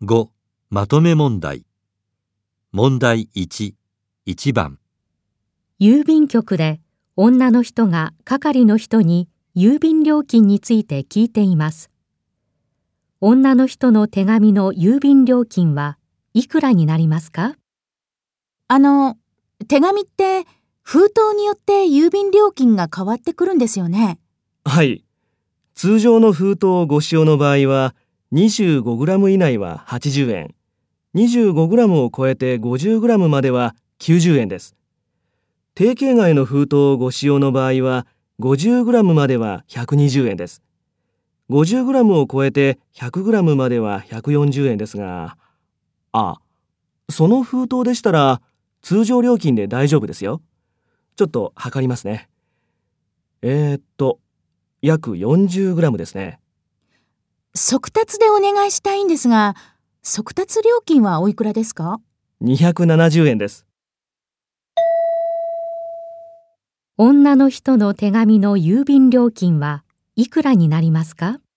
5. まとめ問題。問題1、1番。 郵便局で女の人が係の人に郵便料金について聞いています。女の人の手紙の郵便料金はいくらになりますか？ 手紙って封筒によって郵便料金が変わってくるんですよね。 はい。通常の封筒をご使用の場合は 25g 以内は80円、25g を超えて 50g までは90円です。定型外の封筒をご使用の場合は 50g までは120円です。50g を超えて 100g までは140円ですが、その封筒でしたら通常料金で大丈夫ですよ。ちょっと測りますね。約 40g ですね。 速達でお願いしたいんですが、速達料金はおいくらですか ？270円です。 女の人の手紙の郵便料金はいくらになりますか？